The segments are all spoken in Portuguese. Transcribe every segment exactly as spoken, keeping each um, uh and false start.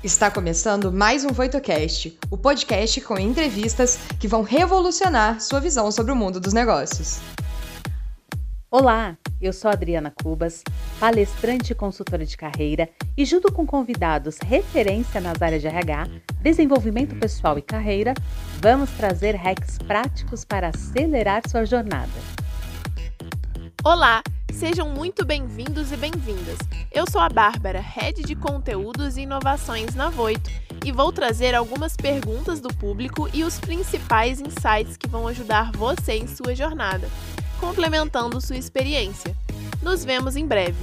Está começando mais um VoitoCast, o podcast com entrevistas que vão revolucionar sua visão sobre o mundo dos negócios. Olá, eu sou a Adriana Cubas, palestrante e consultora de carreira, e junto com convidados referência nas áreas de R H, desenvolvimento pessoal e carreira, vamos trazer hacks práticos para acelerar sua jornada. Olá, sejam muito bem-vindos e bem-vindas. Eu sou a Bárbara, Head de Conteúdos e Inovações na Voito, e vou trazer algumas perguntas do público e os principais insights que vão ajudar você em sua jornada, complementando sua experiência. Nos vemos em breve.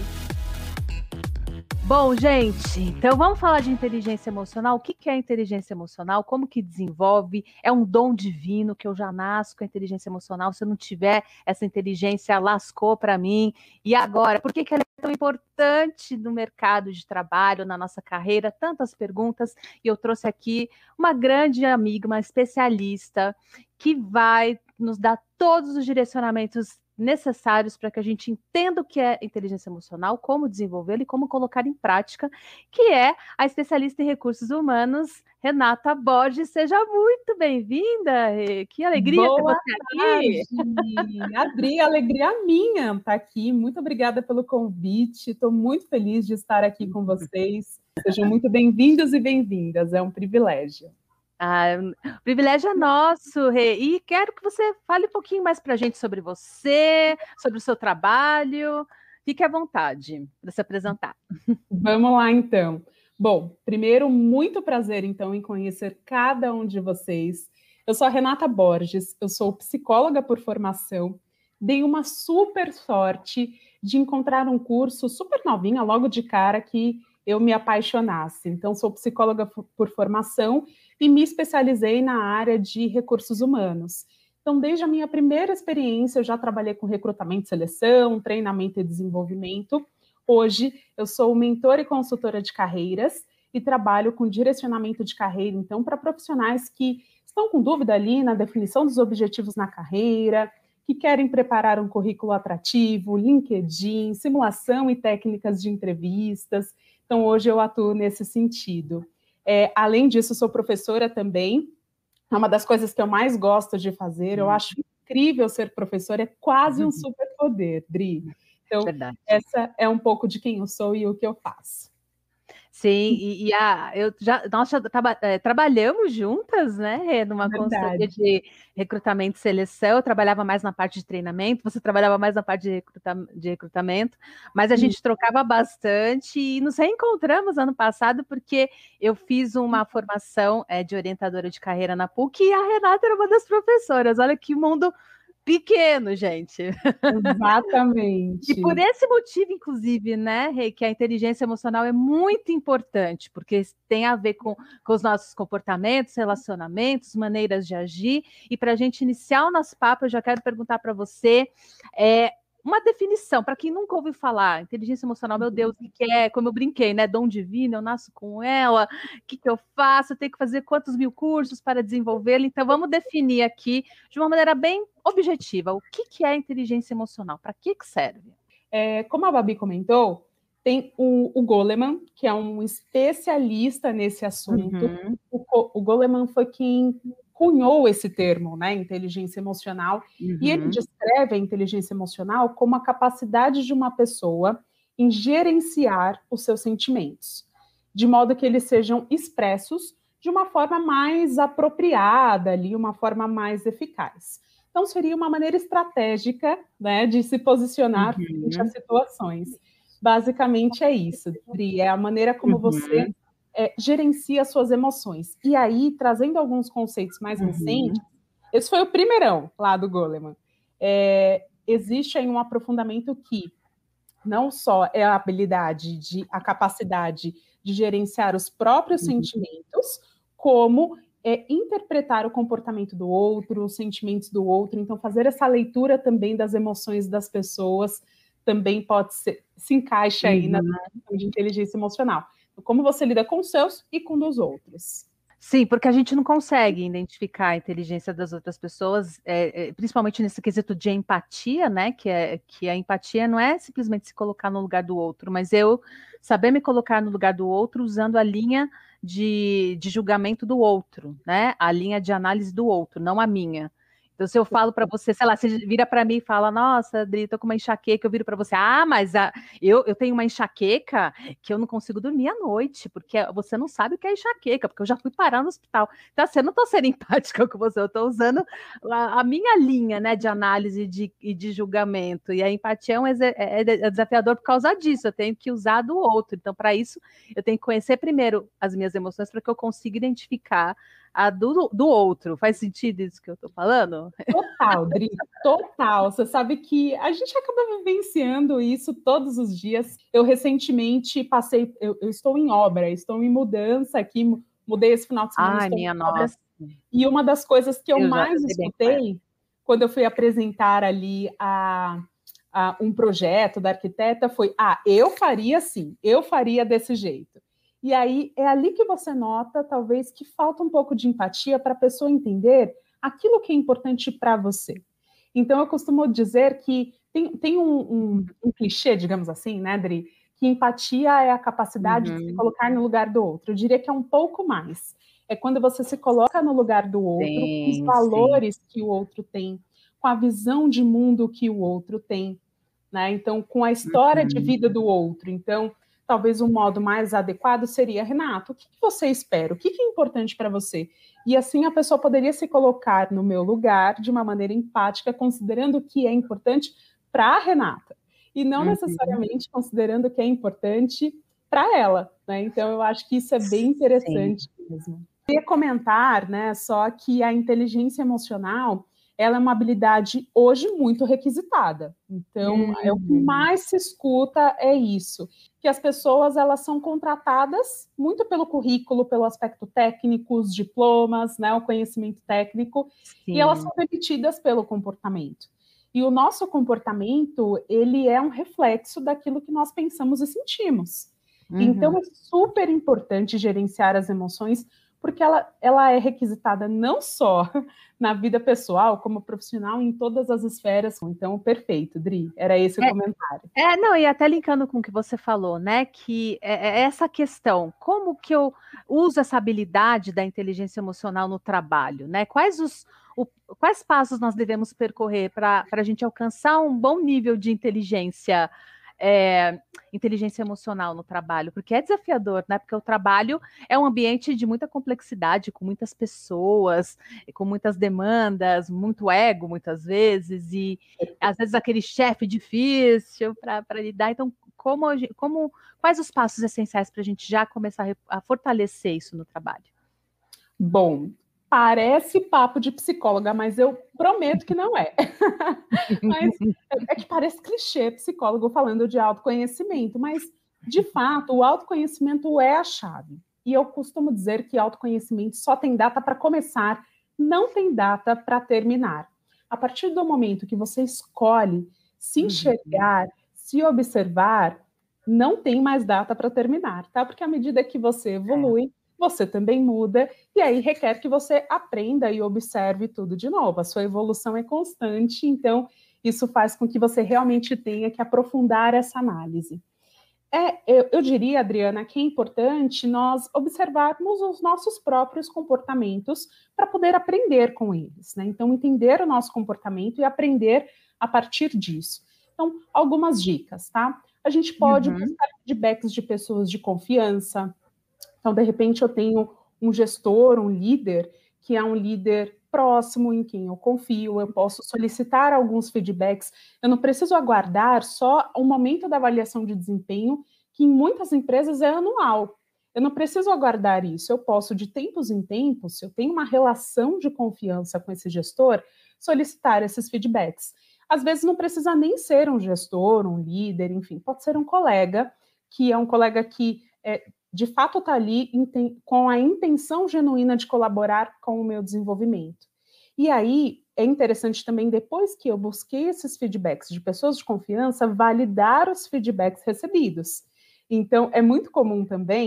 Bom, gente, então vamos falar de inteligência emocional. O que é inteligência emocional? Como que desenvolve? É um dom divino que eu já nasço com a inteligência emocional. Se eu não tiver essa inteligência, lascou para mim. E agora, por que que ela é tão importante no mercado de trabalho, na nossa carreira? Tantas perguntas. E eu trouxe aqui uma grande amiga, uma especialista, que vai nos dar todos os direcionamentos necessários para que a gente entenda o que é inteligência emocional, como desenvolvê-la e como colocar em prática, que é a especialista em recursos humanos, Renata Borges. Seja muito bem-vinda, Rê. Que alegria Boa ter você aqui. Adri, alegria minha estar aqui. Muito obrigada pelo convite. Estou muito feliz de estar aqui com vocês. Sejam muito bem-vindos e bem-vindas. É um privilégio. Ah, o privilégio é nosso, Rê. E quero que você fale um pouquinho mais para a gente sobre você, sobre o seu trabalho. Fique à vontade para se apresentar. Vamos lá, então. Bom, primeiro, muito prazer, então, em conhecer cada um de vocês. Eu sou a Renata Borges, eu sou psicóloga por formação. Dei uma super sorte de encontrar um curso super novinha, logo de cara, que eu me apaixonasse. Então, sou psicóloga por formação e me especializei na área de recursos humanos. Então, desde a minha primeira experiência, eu já trabalhei com recrutamento e seleção, treinamento e desenvolvimento. Hoje, eu sou mentora e consultora de carreiras e trabalho com direcionamento de carreira, então, para profissionais que estão com dúvida ali na definição dos objetivos na carreira, que querem preparar um currículo atrativo, LinkedIn, simulação e técnicas de entrevistas. Então, hoje eu atuo nesse sentido. É, além disso, sou professora também. É uma das coisas que eu mais gosto de fazer. Eu acho incrível ser professora, é quase um superpoder, Dri. Então, Verdade. Essa é um pouco de quem eu sou e o que eu faço. Sim, e, e a, eu já, nós já traba, é, trabalhamos juntas, né, numa consultoria de recrutamento e seleção. Eu trabalhava mais na parte de treinamento, você trabalhava mais na parte de, recruta, de recrutamento, mas a gente trocava bastante e nos reencontramos ano passado porque eu fiz uma formação é, de orientadora de carreira na P U C e a Renata era uma das professoras. Olha que mundo pequeno, gente. Exatamente. E por esse motivo, inclusive, né, Rê, que a inteligência emocional é muito importante, porque tem a ver com, com os nossos comportamentos, relacionamentos, maneiras de agir. E para a gente iniciar o nosso papo, eu já quero perguntar para você é, uma definição, para quem nunca ouviu falar, inteligência emocional, meu Deus, o que é? Como eu brinquei, né? Dom divino, eu nasço com ela, o que, que eu faço? Eu tenho que fazer quantos mil cursos para desenvolvê-la? Então, vamos definir aqui, de uma maneira bem objetiva, o que, que é inteligência emocional? Para que, que serve? É, como a Babi comentou, tem o, o Goleman, que é um especialista nesse assunto. Uhum. O, o Goleman foi quem cunhou esse termo, né, inteligência emocional, uhum. E ele descreve a inteligência emocional como a capacidade de uma pessoa em gerenciar os seus sentimentos, de modo que eles sejam expressos de uma forma mais apropriada, ali, uma forma mais eficaz. Então, seria uma maneira estratégica, né, de se posicionar uhum. frente às situações. Basicamente é isso, Dri, é a maneira como uhum. você é, gerencia suas emoções. E aí, trazendo alguns conceitos mais uhum. recentes, esse foi o primeirão lá do Goleman. É, existe aí um aprofundamento que não só é a habilidade, de, a capacidade de gerenciar os próprios uhum. sentimentos, como é, interpretar o comportamento do outro, os sentimentos do outro. Então, fazer essa leitura também das emoções das pessoas também pode ser, se encaixa aí uhum. na questão de inteligência emocional. Como você lida com os seus e com os outros. Sim, porque a gente não consegue identificar a inteligência das outras pessoas, é, é, principalmente nesse quesito de empatia, né? Que, é, que a empatia não é simplesmente se colocar no lugar do outro, mas eu saber me colocar no lugar do outro usando a linha de, de julgamento do outro, né? A linha de análise do outro, não a minha. Então, se eu falo para você, sei lá, você vira para mim e fala, nossa, Adri, tô com uma enxaqueca, eu viro para você, ah, mas a, eu, eu tenho uma enxaqueca que eu não consigo dormir à noite, porque você não sabe o que é enxaqueca, porque eu já fui parar no hospital. Então, assim, eu não estou sendo empática com você, eu estou usando a, a minha linha, né, de análise de, e de julgamento, e a empatia é, um, é, é desafiador por causa disso, eu tenho que usar do outro. Então, para isso, eu tenho que conhecer primeiro as minhas emoções para que eu consiga identificar a do, do outro. Faz sentido isso que eu estou falando? Total, Dri, total. Você sabe que a gente acaba vivenciando isso todos os dias. Eu recentemente passei, eu, eu estou em obra, estou em mudança aqui, mudei esse final de semana. Ai, minha nossa. E uma das coisas que eu, eu mais escutei quando eu fui apresentar ali a, a um projeto da arquiteta foi: ah, eu faria assim, eu faria desse jeito. E aí é ali que você nota, talvez, que falta um pouco de empatia para a pessoa entender aquilo que é importante para você. Então, eu costumo dizer que tem, tem um, um, um clichê, digamos assim, né, Dri? Que empatia é a capacidade uhum. de se colocar no lugar do outro. Eu diria que é um pouco mais. É quando você se coloca no lugar do outro, sim, com os valores sim. que o outro tem, com a visão de mundo que o outro tem, né? Então, com a história uhum. de vida do outro. Então, talvez um modo mais adequado seria: Renato, o que você espera? O que é importante para você? E assim a pessoa poderia se colocar no meu lugar de uma maneira empática, considerando o que é importante para a Renata, e não uhum. necessariamente considerando o que é importante para ela, né? Então, eu acho que isso é bem interessante Sim. mesmo. Eu queria comentar, né, só que a inteligência emocional, ela é uma habilidade hoje muito requisitada. Então, uhum. é o que mais se escuta é isso, que as pessoas elas são contratadas muito pelo currículo, pelo aspecto técnico, os diplomas, né, o conhecimento técnico, Sim. e elas são demitidas pelo comportamento. E o nosso comportamento, ele é um reflexo daquilo que nós pensamos e sentimos. Uhum. Então, é super importante gerenciar as emoções, porque ela, ela é requisitada não só na vida pessoal, como profissional, em todas as esferas. Então, perfeito, Dri, era esse o é, comentário. É, não, e até linkando com o que você falou, né, que é, é essa questão, como que eu uso essa habilidade da inteligência emocional no trabalho, né, quais os, o, quais passos nós devemos percorrer para a gente alcançar um bom nível de inteligência É, inteligência emocional no trabalho, porque é desafiador, né? Porque o trabalho é um ambiente de muita complexidade, com muitas pessoas, com muitas demandas, muito ego, muitas vezes, e às vezes aquele chefe difícil para lidar. Então, como, como, quais os passos essenciais para a gente já começar a fortalecer isso no trabalho? Bom, parece papo de psicóloga, mas eu prometo que não é. Mas é que parece clichê psicólogo falando de autoconhecimento, mas, de fato, o autoconhecimento é a chave. E eu costumo dizer que autoconhecimento só tem data para começar, não tem data para terminar. A partir do momento que você escolhe se enxergar, uhum. se observar, não tem mais data para terminar, tá? Porque à medida que você evolui, é. você também muda, e aí requer que você aprenda e observe tudo de novo. A sua evolução é constante, então isso faz com que você realmente tenha que aprofundar essa análise. É, eu, eu diria, Adriana, que é importante nós observarmos os nossos próprios comportamentos para poder aprender com eles, né? Então, entender o nosso comportamento e aprender a partir disso. Então, algumas dicas, tá? A gente pode uhum. buscar feedbacks de pessoas de confiança. Então, de repente, eu tenho um gestor, um líder, que é um líder próximo, em quem eu confio, eu posso solicitar alguns feedbacks. Eu não preciso aguardar só o momento da avaliação de desempenho, que em muitas empresas é anual. Eu não preciso aguardar isso. Eu posso, de tempos em tempos, se eu tenho uma relação de confiança com esse gestor, solicitar esses feedbacks. Às vezes não precisa nem ser um gestor, um líder, enfim, pode ser um colega, que é um colega que é, de fato está ali com a intenção genuína de colaborar com o meu desenvolvimento. E aí, é interessante também, depois que eu busquei esses feedbacks de pessoas de confiança, validar os feedbacks recebidos. Então, é muito comum também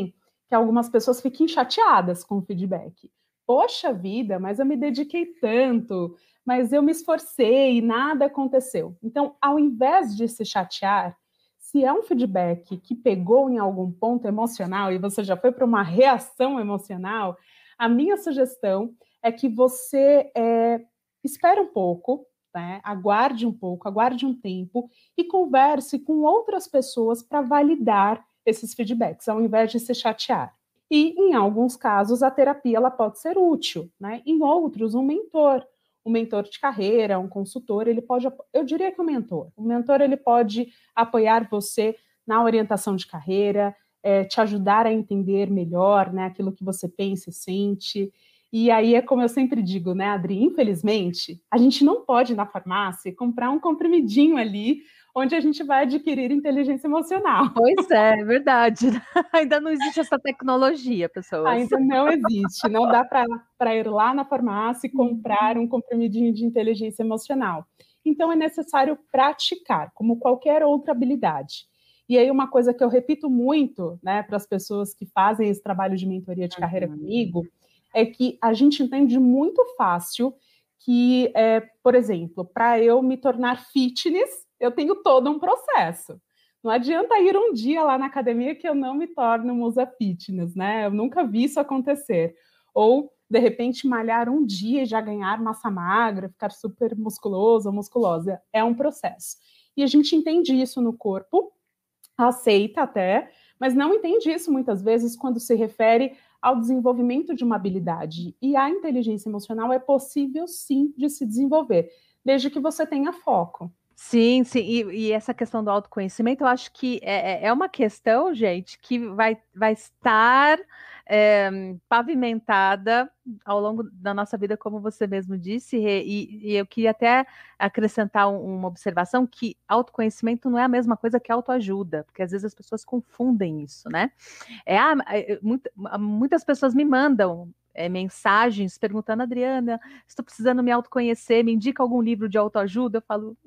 que algumas pessoas fiquem chateadas com o feedback. Poxa vida, mas eu me dediquei tanto, mas eu me esforcei e nada aconteceu. Então, ao invés de se chatear, se é um feedback que pegou em algum ponto emocional e você já foi para uma reação emocional, a minha sugestão é que você é, espere um pouco, né, aguarde um pouco, aguarde um tempo e converse com outras pessoas para validar esses feedbacks, ao invés de se chatear. E, em alguns casos, a terapia ela pode ser útil, né? Em outros, um mentor, um mentor de carreira, um consultor, ele pode, eu diria que o mentor, o mentor ele pode apoiar você na orientação de carreira, é, te ajudar a entender melhor, né, aquilo que você pensa e sente. E aí é como eu sempre digo, né, Adri, infelizmente, a gente não pode ir na farmácia comprar um comprimidinho ali onde a gente vai adquirir inteligência emocional. Pois é, é verdade. Ainda não existe essa tecnologia, pessoas. Ainda não existe. Não dá para ir lá na farmácia e comprar um comprimidinho de inteligência emocional. Então, é necessário praticar, como qualquer outra habilidade. E aí, uma coisa que eu repito muito, né, para as pessoas que fazem esse trabalho de mentoria de carreira uhum. comigo, é que a gente entende muito fácil que, é, por exemplo, para eu me tornar fitness, eu tenho todo um processo. Não adianta ir um dia lá na academia que eu não me torne musa fitness, né? Eu nunca vi isso acontecer. Ou, de repente, malhar um dia e já ganhar massa magra, ficar super musculoso ou musculosa. É um processo. E a gente entende isso no corpo, aceita até, mas não entende isso muitas vezes quando se refere ao desenvolvimento de uma habilidade. E a inteligência emocional é possível, sim, de se desenvolver, desde que você tenha foco. Sim, sim, e, e essa questão do autoconhecimento, eu acho que é, é uma questão, gente, que vai, vai estar é, pavimentada ao longo da nossa vida, como você mesmo disse, e, e eu queria até acrescentar um, uma observação, que autoconhecimento não é a mesma coisa que autoajuda, porque às vezes as pessoas confundem isso, né? É, ah, muita, muitas pessoas me mandam É, mensagens perguntando, Adriana, estou precisando me autoconhecer, me indica algum livro de autoajuda? Eu falo,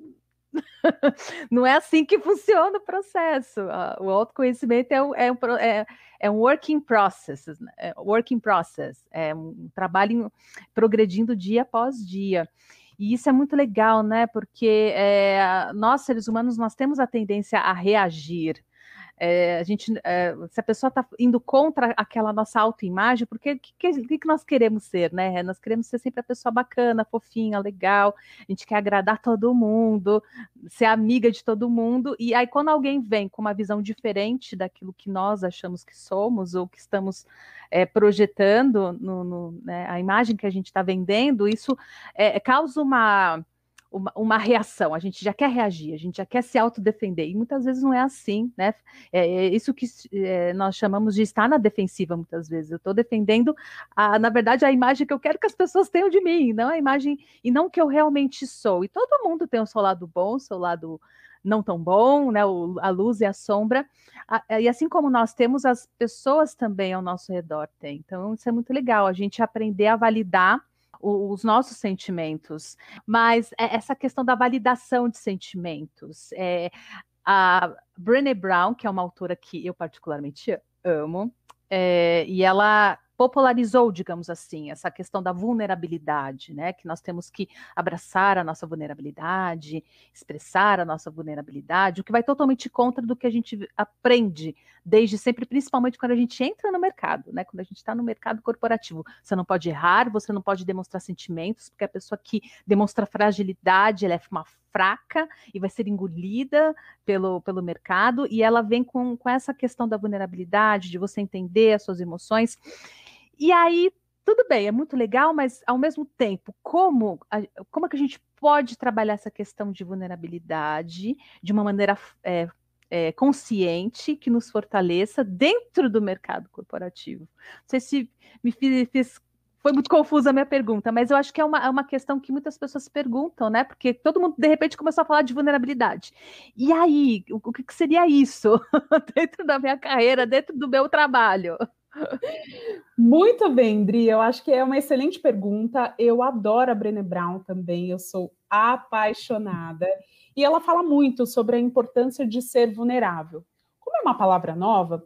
não é assim que funciona o processo. O autoconhecimento é um, é um, é, é um working process, é working process, é um trabalho progredindo dia após dia. E isso é muito legal, né? Porque é, nós, seres humanos, nós temos a tendência a reagir. É, a gente, é, se a pessoa está indo contra aquela nossa autoimagem, porque o que, que, que nós queremos ser, né? Nós queremos ser sempre a pessoa bacana, fofinha, legal, a gente quer agradar todo mundo, ser amiga de todo mundo, e aí quando alguém vem com uma visão diferente daquilo que nós achamos que somos, ou que estamos é, projetando, no, no, né, a imagem que a gente está vendendo, isso é, causa uma... Uma, uma reação, a gente já quer reagir, a gente já quer se autodefender, e muitas vezes não é assim, né? É, é isso que é, nós chamamos de estar na defensiva, muitas vezes. Eu estou defendendo, a, na verdade, a imagem que eu quero que as pessoas tenham de mim, não a imagem, e não que eu realmente sou. E todo mundo tem o seu lado bom, o seu lado não tão bom, né? O, a luz e a sombra. A, e assim como nós temos, as pessoas também ao nosso redor têm. Então, isso é muito legal, a gente aprender a validar os nossos sentimentos, mas essa questão da validação de sentimentos, é, a Brené Brown, que é uma autora que eu particularmente amo, é, e ela popularizou, digamos assim, essa questão da vulnerabilidade, né? Que nós temos que abraçar a nossa vulnerabilidade, expressar a nossa vulnerabilidade, o que vai totalmente contra do que a gente aprende desde sempre, principalmente quando a gente entra no mercado, né? Quando a gente está no mercado corporativo. Você não pode errar, você não pode demonstrar sentimentos, porque a pessoa que demonstra fragilidade, ela é uma fraca e vai ser engolida pelo, pelo mercado, e ela vem com, com essa questão da vulnerabilidade, de você entender as suas emoções. E aí, tudo bem, é muito legal, mas ao mesmo tempo, como, como é que a gente pode trabalhar essa questão de vulnerabilidade de uma maneira é, é, consciente, que nos fortaleça dentro do mercado corporativo? Não sei se me fiz, fiz, foi muito confusa a minha pergunta, mas eu acho que é uma, é uma questão que muitas pessoas se perguntam, né? Porque todo mundo, de repente, começou a falar de vulnerabilidade. E aí, o, o que seria isso dentro da minha carreira, dentro do meu trabalho? Muito bem, Dri, eu acho que é uma excelente pergunta. Eu adoro a Brené Brown também, eu sou apaixonada. E ela fala muito sobre a importância de ser vulnerável. Como é uma palavra nova,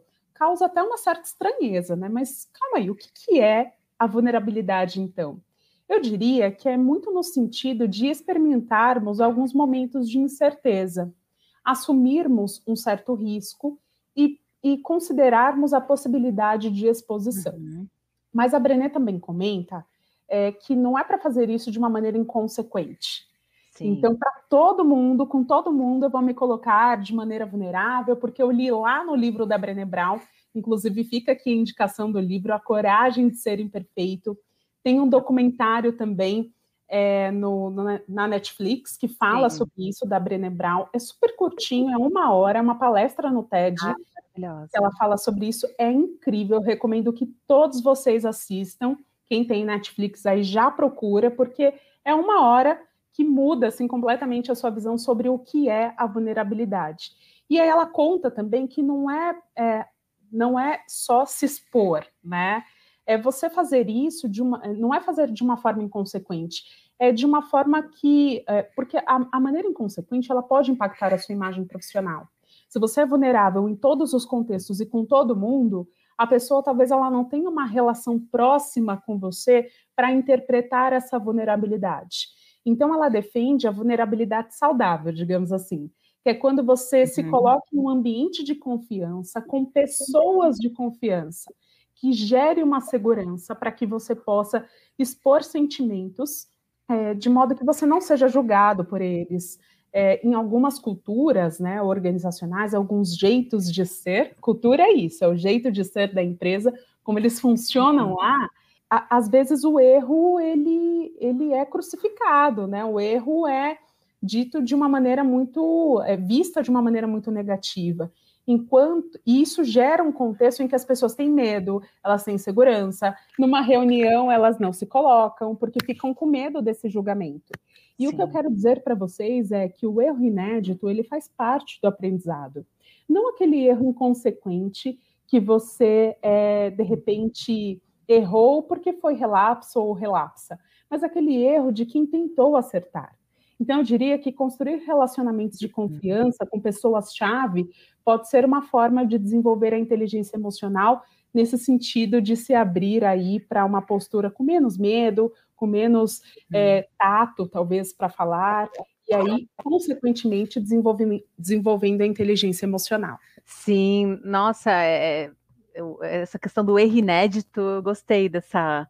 causa até uma certa estranheza, né? Mas calma aí, o que, que é a vulnerabilidade, então? Eu diria que é muito no sentido de experimentarmos alguns momentos de incerteza, assumirmos um certo risco e, e considerarmos a possibilidade de exposição. Uhum. Mas a Brené também comenta é, que não é para fazer isso de uma maneira inconsequente. Sim. Então, para todo mundo, com todo mundo, eu vou me colocar de maneira vulnerável, porque eu li lá no livro da Brené Brown, inclusive fica aqui a indicação do livro, A Coragem de Ser Imperfeito. Tem um documentário também é, no, no, na Netflix que fala Sim. sobre isso, da Brené Brown. É super curtinho, é uma hora, é uma palestra no TED. Ah, que ela fala sobre isso, é incrível. Eu recomendo que todos vocês assistam. Quem tem Netflix aí já procura, porque é uma hora que muda assim, completamente a sua visão sobre o que é a vulnerabilidade. E aí ela conta também que não é, é, não é só se expor, né? É você fazer isso de uma, não é fazer de uma forma inconsequente, é de uma forma que, é, porque a, a maneira inconsequente ela pode impactar a sua imagem profissional. Se você é vulnerável em todos os contextos e com todo mundo, a pessoa talvez ela não tenha uma relação próxima com você para interpretar essa vulnerabilidade. Então, ela defende a vulnerabilidade saudável, digamos assim, que é quando você uhum. se coloca em um ambiente de confiança, com pessoas de confiança, que gere uma segurança para que você possa expor sentimentos, é, de modo que você não seja julgado por eles. É, em algumas culturas, né, organizacionais, alguns jeitos de ser, cultura é isso, é o jeito de ser da empresa, como eles funcionam uhum. lá, às vezes o erro ele, ele é crucificado, né? O erro é dito de uma maneira muito, é vista de uma maneira muito negativa. Enquanto e isso gera um contexto em que as pessoas têm medo, elas têm insegurança. Numa reunião elas não se colocam porque ficam com medo desse julgamento. E Sim. o que eu quero dizer para vocês é que o erro inédito ele faz parte do aprendizado. Não aquele erro inconsequente que você é, de repente errou porque foi relapso ou relapsa, mas aquele erro de quem tentou acertar. Então, eu diria que construir relacionamentos de confiança com pessoas-chave pode ser uma forma de desenvolver a inteligência emocional nesse sentido de se abrir aí para uma postura com menos medo, com menos é, tato, talvez, para falar, e aí, consequentemente, desenvolvendo a inteligência emocional. Sim, nossa, é... Eu, essa questão do erro inédito, eu gostei dessa,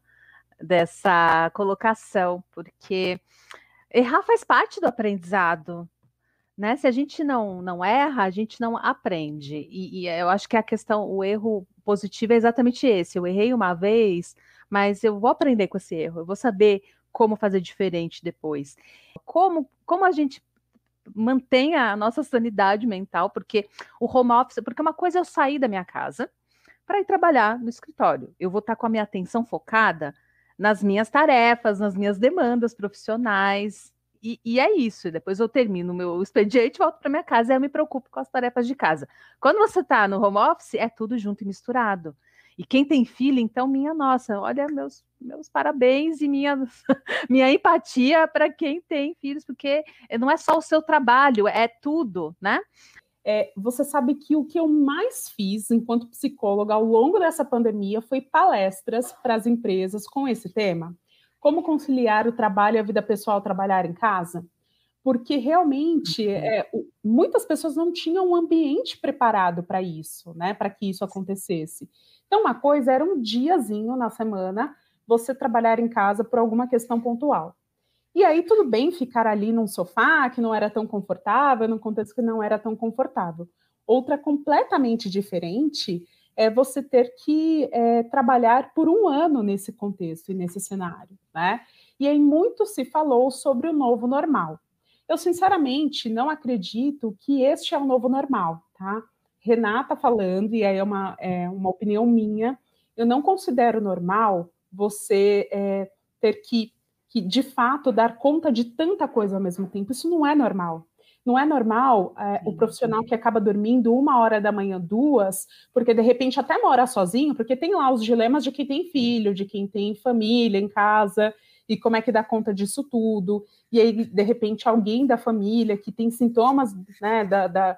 dessa colocação, porque errar faz parte do aprendizado, né? Se a gente não, não erra, a gente não aprende, e, e eu acho que a questão, o erro positivo é exatamente esse, eu errei uma vez, mas eu vou aprender com esse erro, eu vou saber como fazer diferente depois. Como, como a gente mantém a nossa sanidade mental, porque o home office, porque uma coisa é eu sair da minha casa, para ir trabalhar no escritório. Eu vou estar com a minha atenção focada nas minhas tarefas, nas minhas demandas profissionais, e, e é isso. Depois eu termino o meu expediente, volto para minha casa e eu me preocupo com as tarefas de casa. Quando você está no home office, é tudo junto e misturado. E quem tem filho, então, minha nossa, olha, meus, meus parabéns e minha, minha empatia para quem tem filhos, porque não é só o seu trabalho, é tudo, né? É, você sabe que o que eu mais fiz enquanto psicóloga ao longo dessa pandemia foi palestras para as empresas com esse tema. Como conciliar o trabalho e a vida pessoal, trabalhar em casa? Porque realmente é, muitas pessoas não tinham um ambiente preparado para isso, né? Para que isso acontecesse. Então, uma coisa era um diazinho na semana você trabalhar em casa por alguma questão pontual. E aí, tudo bem ficar ali num sofá que não era tão confortável, num contexto que não era tão confortável. Outra completamente diferente é você ter que é, trabalhar por um ano nesse contexto e nesse cenário, né? E aí muito se falou sobre o novo normal. Eu, sinceramente, não acredito que este é o novo normal, tá? Renata falando, e aí é uma, é uma opinião minha, eu não considero normal você é, ter que que, de fato, dar conta de tanta coisa ao mesmo tempo. Isso não é normal. Não é normal é, o profissional que acaba dormindo uma hora da manhã, duas, porque, de repente, até mora sozinho, porque tem lá os dilemas de quem tem filho, de quem tem família em casa, e como é que dá conta disso tudo. E aí, de repente, alguém da família que tem sintomas, né, da, da,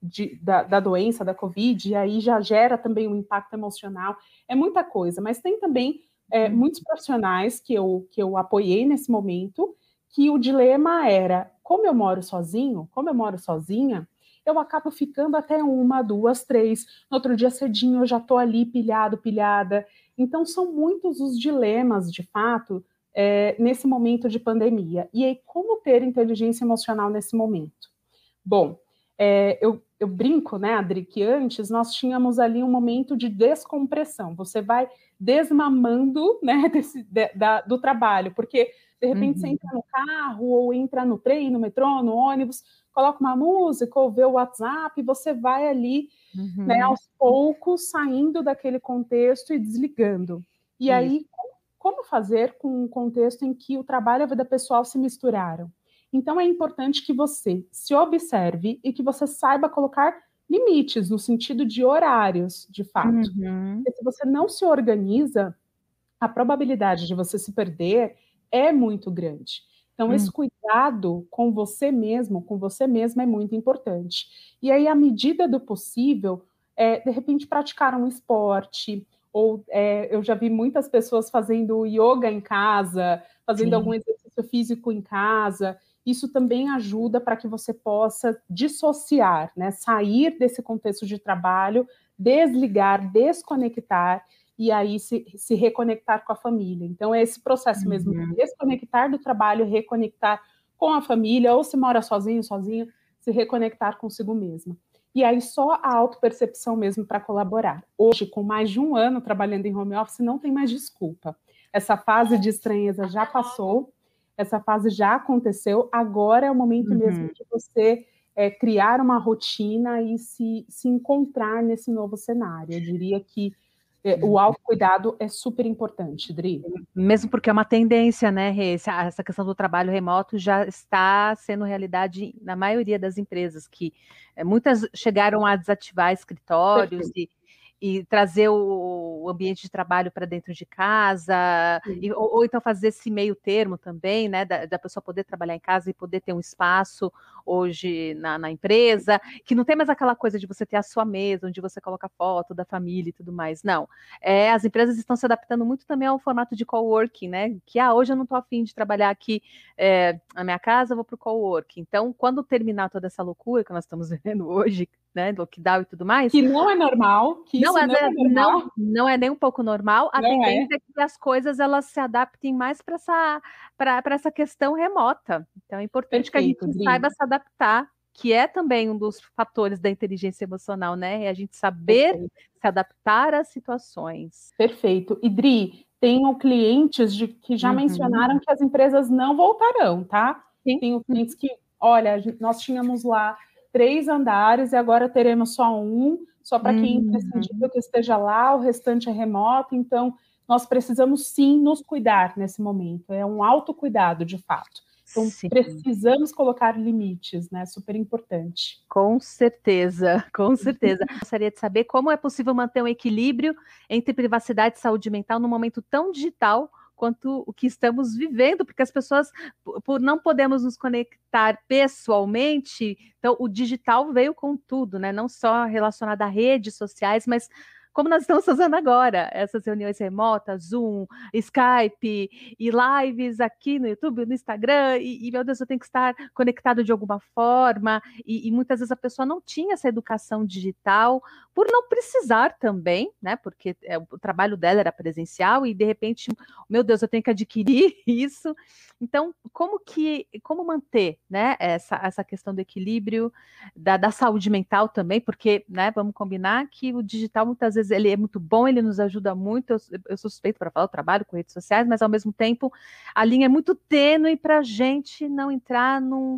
de, da, da doença, da Covid, e aí já gera também um impacto emocional, é muita coisa, mas tem também é, muitos profissionais que eu, que eu apoiei nesse momento, que o dilema era, como eu moro sozinho, como eu moro sozinha, eu acabo ficando até uma, duas, três, no outro dia cedinho eu já estou ali pilhado, pilhada, então são muitos os dilemas, de fato, é, nesse momento de pandemia. E aí, como ter inteligência emocional nesse momento? Bom, é, eu, eu brinco, né, Adri, que antes nós tínhamos ali um momento de descompressão. Você vai desmamando, né, desse, de, da, do trabalho, porque de repente uhum. você entra no carro, ou entra no trem, no metrô, no ônibus, coloca uma música, ou vê o WhatsApp, e você vai ali, uhum. né, aos poucos, saindo daquele contexto e desligando. E Isso. aí, como fazer com um contexto em que o trabalho e a vida pessoal se misturaram? Então, é importante que você se observe e que você saiba colocar limites, no sentido de horários, de fato. Uhum. Porque se você não se organiza, a probabilidade de você se perder é muito grande. Então, uhum. esse cuidado com você mesmo, com você mesma, é muito importante. E aí, à medida do possível, é, de repente, praticar um esporte, ou é, eu já vi muitas pessoas fazendo yoga em casa, fazendo Sim. algum exercício físico em casa. Isso também ajuda para que você possa dissociar, né? Sair desse contexto de trabalho, desligar, desconectar, e aí se, se reconectar com a família. Então, é esse processo uhum. mesmo de desconectar do trabalho, reconectar com a família, ou se mora sozinho, sozinha, se reconectar consigo mesma. E aí só a autopercepção mesmo para colaborar. Hoje, com mais de um ano trabalhando em home office, não tem mais desculpa. Essa fase de estranheza já passou, essa fase já aconteceu, agora é o momento uhum. mesmo de você é, criar uma rotina e se, se encontrar nesse novo cenário. Eu diria que é, o autocuidado é super importante, Dri. Mesmo porque é uma tendência, né, Rê? Essa questão do trabalho remoto já está sendo realidade na maioria das empresas, que é, muitas chegaram a desativar escritórios e, e trazer o, o ambiente de trabalho para dentro de casa, e, ou, ou então fazer esse meio termo também, né, da, da pessoa poder trabalhar em casa e poder ter um espaço hoje na, na empresa, que não tem mais aquela coisa de você ter a sua mesa, onde você coloca foto da família e tudo mais, não. É, as empresas estão se adaptando muito também ao formato de coworking, né, que ah, hoje eu não estou afim de trabalhar aqui é, na minha casa, eu vou para o coworking. Então, quando terminar toda essa loucura que nós estamos vivendo hoje, né, lockdown e tudo mais... Que não é normal, que não, isso é, não é normal. Não, não é nem um pouco normal, a não tendência é. é. é que as coisas elas se adaptem mais para essa, para essa questão remota. Então, é importante Perfeito, que a gente Dri. saiba se adaptar, que é também um dos fatores da inteligência emocional, né? É a gente saber Perfeito. se adaptar às situações. Perfeito. E Dri, tenho clientes de, que já uhum. mencionaram que as empresas não voltarão, tá? Sim. Tenho clientes que, olha, nós tínhamos lá três andares e agora teremos só um, só para quem é imprescindível que esteja lá, o restante é remoto, então nós precisamos sim nos cuidar nesse momento, é um autocuidado de fato. Então sim. precisamos colocar limites, né? Super importante. Com certeza, com certeza. Gostaria de saber como é possível manter um equilíbrio entre privacidade e saúde mental num momento tão digital quanto o que estamos vivendo, porque as pessoas, por não podemos nos conectar pessoalmente, então o digital veio com tudo, né? Não só relacionado a redes sociais, mas como nós estamos fazendo agora, essas reuniões remotas, Zoom, Skype e lives aqui no YouTube, no Instagram, e, e meu Deus, eu tenho que estar conectado de alguma forma, e, e muitas vezes a pessoa não tinha essa educação digital, por não precisar também, né, porque é, o trabalho dela era presencial, e de repente, meu Deus, eu tenho que adquirir isso. Então, como que, como manter, né, essa, essa questão do equilíbrio, da, da saúde mental também, porque, né, vamos combinar que o digital muitas vezes ele é muito bom, ele nos ajuda muito, eu, eu sou suspeito para falar, eu trabalho com redes sociais, mas ao mesmo tempo a linha é muito tênue para a gente não entrar num,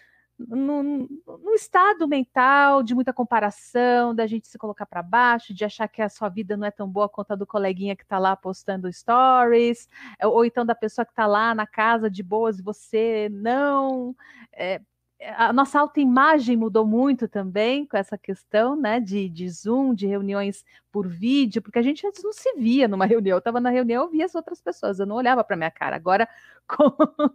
num, num estado mental de muita comparação, da gente se colocar para baixo, de achar que a sua vida não é tão boa quanto a do coleguinha que está lá postando stories, ou então da pessoa que está lá na casa de boas e você não... É, a nossa autoimagem mudou muito também com essa questão, né, de, de Zoom, de reuniões por vídeo, porque a gente antes não se via numa reunião. Eu estava na reunião, eu via as outras pessoas, eu não olhava para minha cara. Agora, com,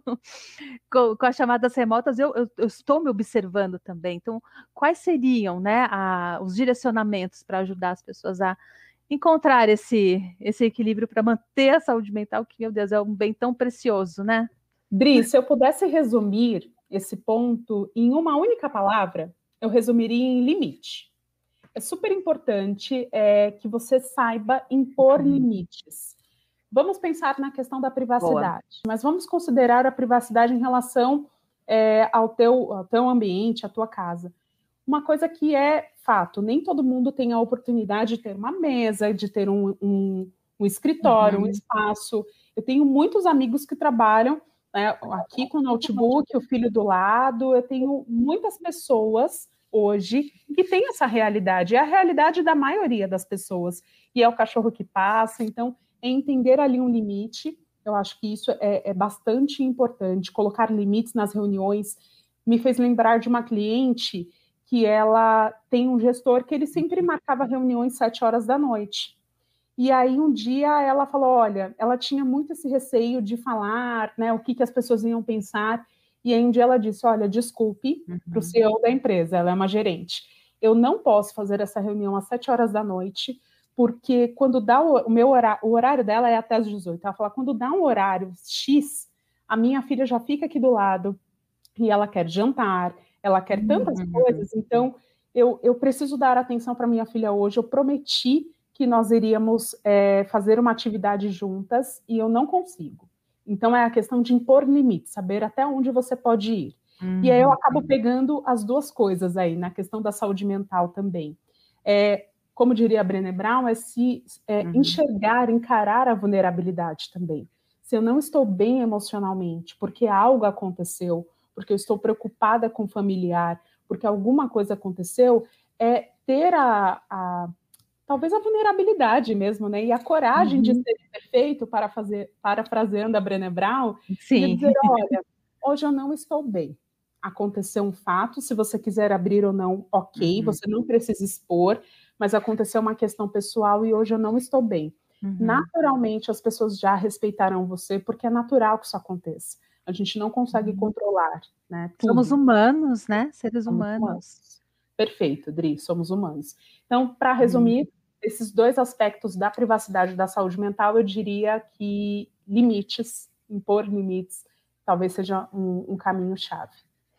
com, com as chamadas remotas, eu, eu, eu estou me observando também. Então, quais seriam, né, a, os direcionamentos para ajudar as pessoas a encontrar esse, esse equilíbrio para manter a saúde mental, que, meu Deus, é um bem tão precioso, né? Dri, se eu pudesse resumir esse ponto em uma única palavra, eu resumiria em limite. É super importante é, que você saiba impor uhum. limites. Vamos pensar na questão da privacidade, Boa. Mas vamos considerar a privacidade em relação é, ao, teu, ao teu ambiente, à tua casa. Uma coisa que é fato, nem todo mundo tem a oportunidade de ter uma mesa, de ter um, um, um escritório, uhum. um espaço. Eu tenho muitos amigos que trabalham né, aqui com o notebook, o filho do lado. Eu tenho muitas pessoas hoje que têm essa realidade. É a realidade da maioria das pessoas. E é o cachorro que passa. Então, é entender ali um limite. Eu acho que isso é, é bastante importante. Colocar limites nas reuniões. Me fez lembrar de uma cliente que ela tem um gestor que ele sempre marcava reuniões sete horas da noite. E aí um dia ela falou, olha, ela tinha muito esse receio de falar, né, o que, que as pessoas iam pensar, e aí um dia ela disse, olha, desculpe uhum. para o C E O da empresa, ela é uma gerente, eu não posso fazer essa reunião às sete horas da noite, porque quando dá o, o meu horário, o horário dela é até às dezoito, ela fala, quando dá um horário X, a minha filha já fica aqui do lado, e ela quer jantar, ela quer tantas uhum. coisas, então eu, eu preciso dar atenção para minha filha hoje, eu prometi que nós iríamos é, fazer uma atividade juntas e eu não consigo. Então, é a questão de impor limites, saber até onde você pode ir. Uhum. E aí eu acabo pegando as duas coisas aí, na questão da saúde mental também. É, como diria a Brené Brown, é se é, uhum. enxergar, encarar a vulnerabilidade também. Se eu não estou bem emocionalmente, porque algo aconteceu, porque eu estou preocupada com o familiar, porque alguma coisa aconteceu, é ter a... a talvez a vulnerabilidade mesmo, né? E a coragem uhum. de ser perfeito, para fazer, parafraseando a Brené Brown, Sim. de dizer, olha, hoje eu não estou bem. Aconteceu um fato, se você quiser abrir ou não, ok, uhum. você não precisa expor, mas aconteceu uma questão pessoal e hoje eu não estou bem. Uhum. Naturalmente, as pessoas já respeitarão você, porque é natural que isso aconteça. A gente não consegue uhum. controlar, né? Tudo. Somos humanos, né? Seres Somos humanos. humanos. Perfeito, Dri, somos humanos. Então, para resumir, hum. esses dois aspectos da privacidade e da saúde mental, eu diria que limites, impor limites, talvez seja um, um caminho-chave.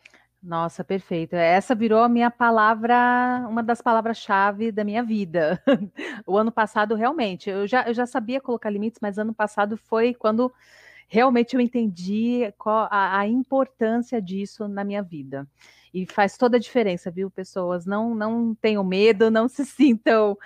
Nossa, perfeito. Essa virou a minha palavra, uma das palavras-chave da minha vida. O ano passado, realmente, eu já, eu já sabia colocar limites, mas ano passado foi quando realmente eu entendi qual a, a importância disso na minha vida. E faz toda a diferença, viu, pessoas? Não, não tenham medo, não se sintam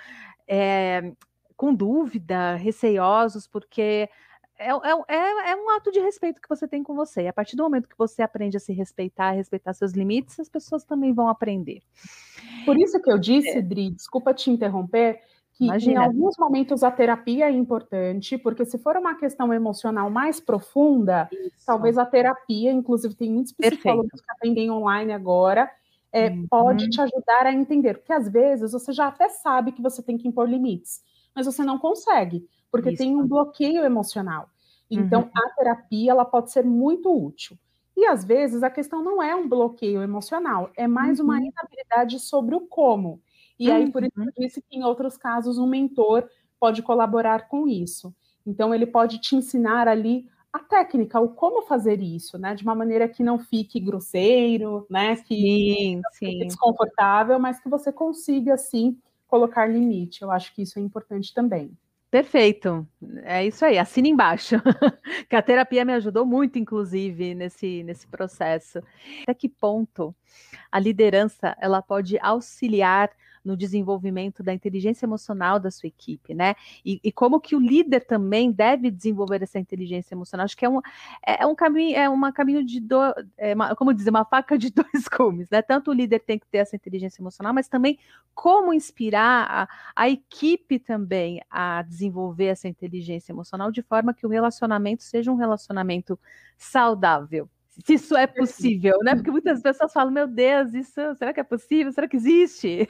é, com dúvida, receiosos, porque é, é, é um ato de respeito que você tem com você. E a partir do momento que você aprende a se respeitar, a respeitar seus limites, as pessoas também vão aprender. Por isso que eu disse, é. Dri, desculpa te interromper, que Imagina. Em alguns momentos a terapia é importante, porque se for uma questão emocional mais profunda, Isso. talvez a terapia, inclusive tem muitos psicólogos Perfeito. Que atendem online agora, é, uhum. pode te ajudar a entender, porque às vezes você já até sabe que você tem que impor limites, mas você não consegue, porque Isso. tem um bloqueio emocional. Então, uhum. a terapia ela pode ser muito útil. E às vezes a questão não é um bloqueio emocional, é mais uhum. uma inabilidade sobre o como. E aí, por isso eu disse que em outros casos um mentor pode colaborar com isso. Então, ele pode te ensinar ali a técnica, o como fazer isso, né? De uma maneira que não fique grosseiro, né? Que sim, não sim. fique desconfortável, mas que você consiga, assim, colocar limite. Eu acho que isso é importante também. Perfeito, é isso aí, assina embaixo, que a terapia me ajudou muito, inclusive, nesse, nesse processo. Até que ponto a liderança ela pode auxiliar no desenvolvimento da inteligência emocional da sua equipe, né? E, e como que o líder também deve desenvolver essa inteligência emocional? Acho que é um, é, é um caminho, é uma caminho de do, é uma, como dizer, uma faca de dois gumes, né? Tanto o líder tem que ter essa inteligência emocional, mas também como inspirar a, a equipe também a desenvolver essa inteligência emocional de forma que o relacionamento seja um relacionamento saudável. Se isso é possível, né? Porque muitas pessoas falam, meu Deus, isso, será que é possível? Será que existe?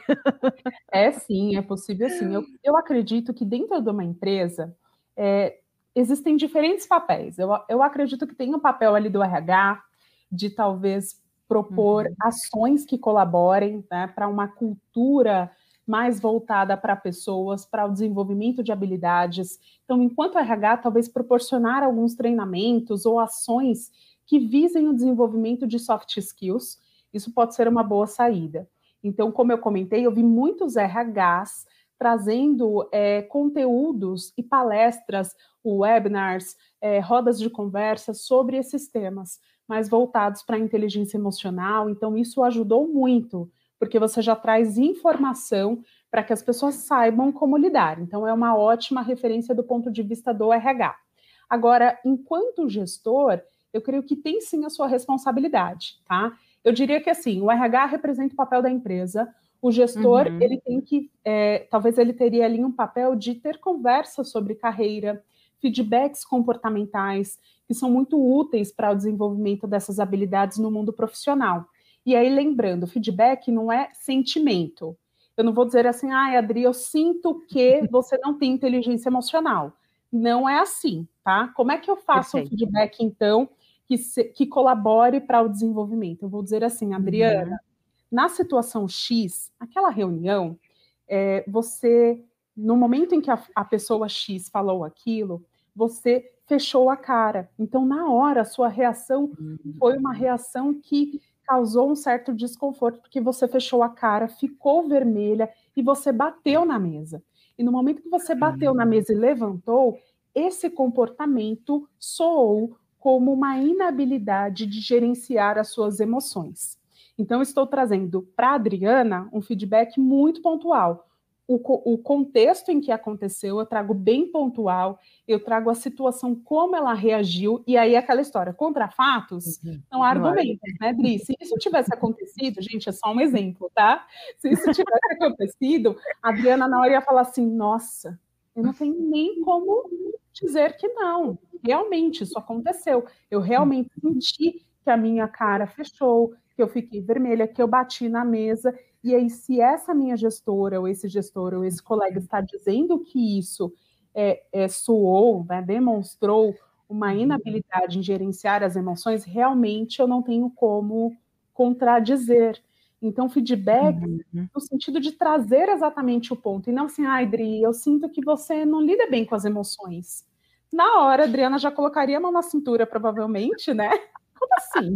É sim, é possível sim. Eu, eu acredito que dentro de uma empresa é, existem diferentes papéis. Eu, eu acredito que tem o papel ali do R H, de talvez propor uhum. ações que colaborem, né, para uma cultura mais voltada para pessoas, para o desenvolvimento de habilidades. Então, enquanto R H, talvez proporcionar alguns treinamentos ou ações que visem o desenvolvimento de soft skills, isso pode ser uma boa saída. Então, como eu comentei, eu vi muitos R Hs trazendo é, conteúdos e palestras, webinars, é, rodas de conversa sobre esses temas, mais voltados para a inteligência emocional. Então, isso ajudou muito, porque você já traz informação para que as pessoas saibam como lidar. Então, é uma ótima referência do ponto de vista do R H. Agora, enquanto gestor, eu creio que tem sim a sua responsabilidade, tá? Eu diria que assim, o R H representa o papel da empresa, o gestor, uhum. ele tem que, é, talvez ele teria ali um papel de ter conversa sobre carreira, feedbacks comportamentais, que são muito úteis para o desenvolvimento dessas habilidades no mundo profissional. E aí, lembrando, feedback não é sentimento. Eu não vou dizer assim, ah, Adri, eu sinto que você não tem inteligência emocional. Não é assim, tá? Como é que eu faço um feedback, então, que, se, que colabore para o desenvolvimento? Eu vou dizer assim, Adriana, uhum. na situação X, aquela reunião, é, você, no momento em que a, a pessoa X falou aquilo, você fechou a cara. Então, na hora, a sua reação uhum. foi uma reação que causou um certo desconforto, porque você fechou a cara, ficou vermelha e você bateu na mesa. E no momento que você bateu na mesa e levantou, esse comportamento soou como uma inabilidade de gerenciar as suas emoções. Então, estou trazendo para a Adriana um feedback muito pontual. O, o contexto em que aconteceu, eu trago bem pontual, eu trago a situação, como ela reagiu, e aí aquela história, contra fatos, não há argumentos, né, Dri? Se isso tivesse acontecido, gente, é só um exemplo, tá? Se isso tivesse acontecido, a Adriana na hora ia falar assim, nossa, eu não tenho nem como dizer que não. Realmente, isso aconteceu. Eu realmente senti que a minha cara fechou, que eu fiquei vermelha, que eu bati na mesa. E aí, se essa minha gestora, ou esse gestor, ou esse colega está dizendo que isso é, é, soou, né, demonstrou uma inabilidade em gerenciar as emoções, realmente eu não tenho como contradizer. Então, feedback uhum. no sentido de trazer exatamente o ponto, e não assim, ah, Adri, eu sinto que você não lida bem com as emoções. Na hora, a Adriana já colocaria a mão na cintura, provavelmente, né? Como assim?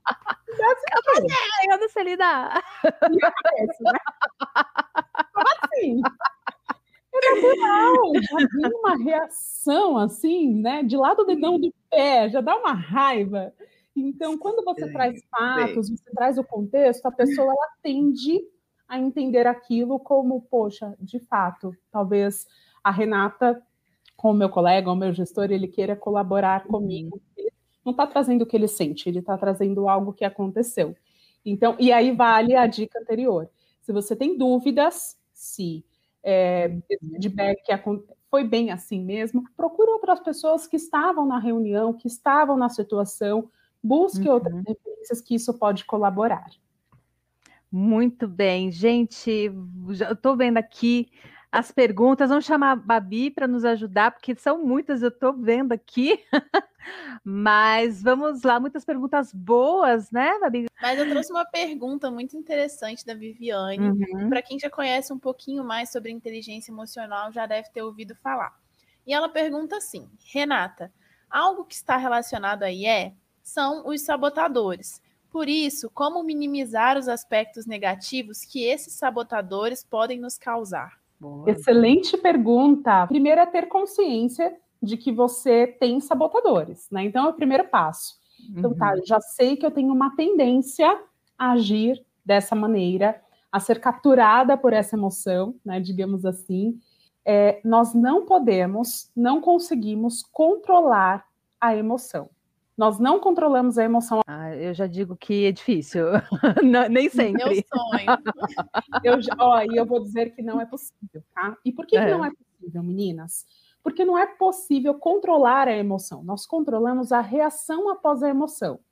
Eu não sei lidar. Acontece, né? Como assim? É natural, já tem uma reação assim, né? De lá do dedão do pé, já dá uma raiva. Então, quando você sim, traz fatos, sim. você traz o contexto, a pessoa ela tende a entender aquilo como, poxa, de fato, talvez a Renata, com o meu colega, o meu gestor, ele queira colaborar uhum. comigo. Ele não está trazendo o que ele sente, ele está trazendo algo que aconteceu. Então, e aí vale a dica anterior. Se você tem dúvidas, se é, esse feedback foi bem assim mesmo, procure outras pessoas que estavam na reunião, que estavam na situação, busque uhum. outras referências que isso pode colaborar. Muito bem, gente, já estou vendo aqui as perguntas, vamos chamar a Babi para nos ajudar, porque são muitas, eu estou vendo aqui, mas vamos lá, muitas perguntas boas, né, Babi? Mas eu trouxe uma pergunta muito interessante da Viviane, uhum. para quem já conhece um pouquinho mais sobre inteligência emocional, já deve ter ouvido falar. E ela pergunta assim, Renata, algo que está relacionado aí é, são os sabotadores. Por isso, como minimizar os aspectos negativos que esses sabotadores podem nos causar? Boa. Excelente pergunta. Primeiro é ter consciência de que você tem sabotadores, né? Então é o primeiro passo. Então tá, uhum. já sei que eu tenho uma tendência a agir dessa maneira, a ser capturada por essa emoção, né? Digamos assim. É, nós não podemos, não conseguimos controlar a emoção. Nós não controlamos a emoção. Ah, eu já digo que é difícil, não, nem sempre. Meu sonho. eu, ó, e eu vou dizer que não é possível, tá? E por que, é. que não é possível, meninas? Porque não é possível controlar a emoção. Nós controlamos a reação após a emoção.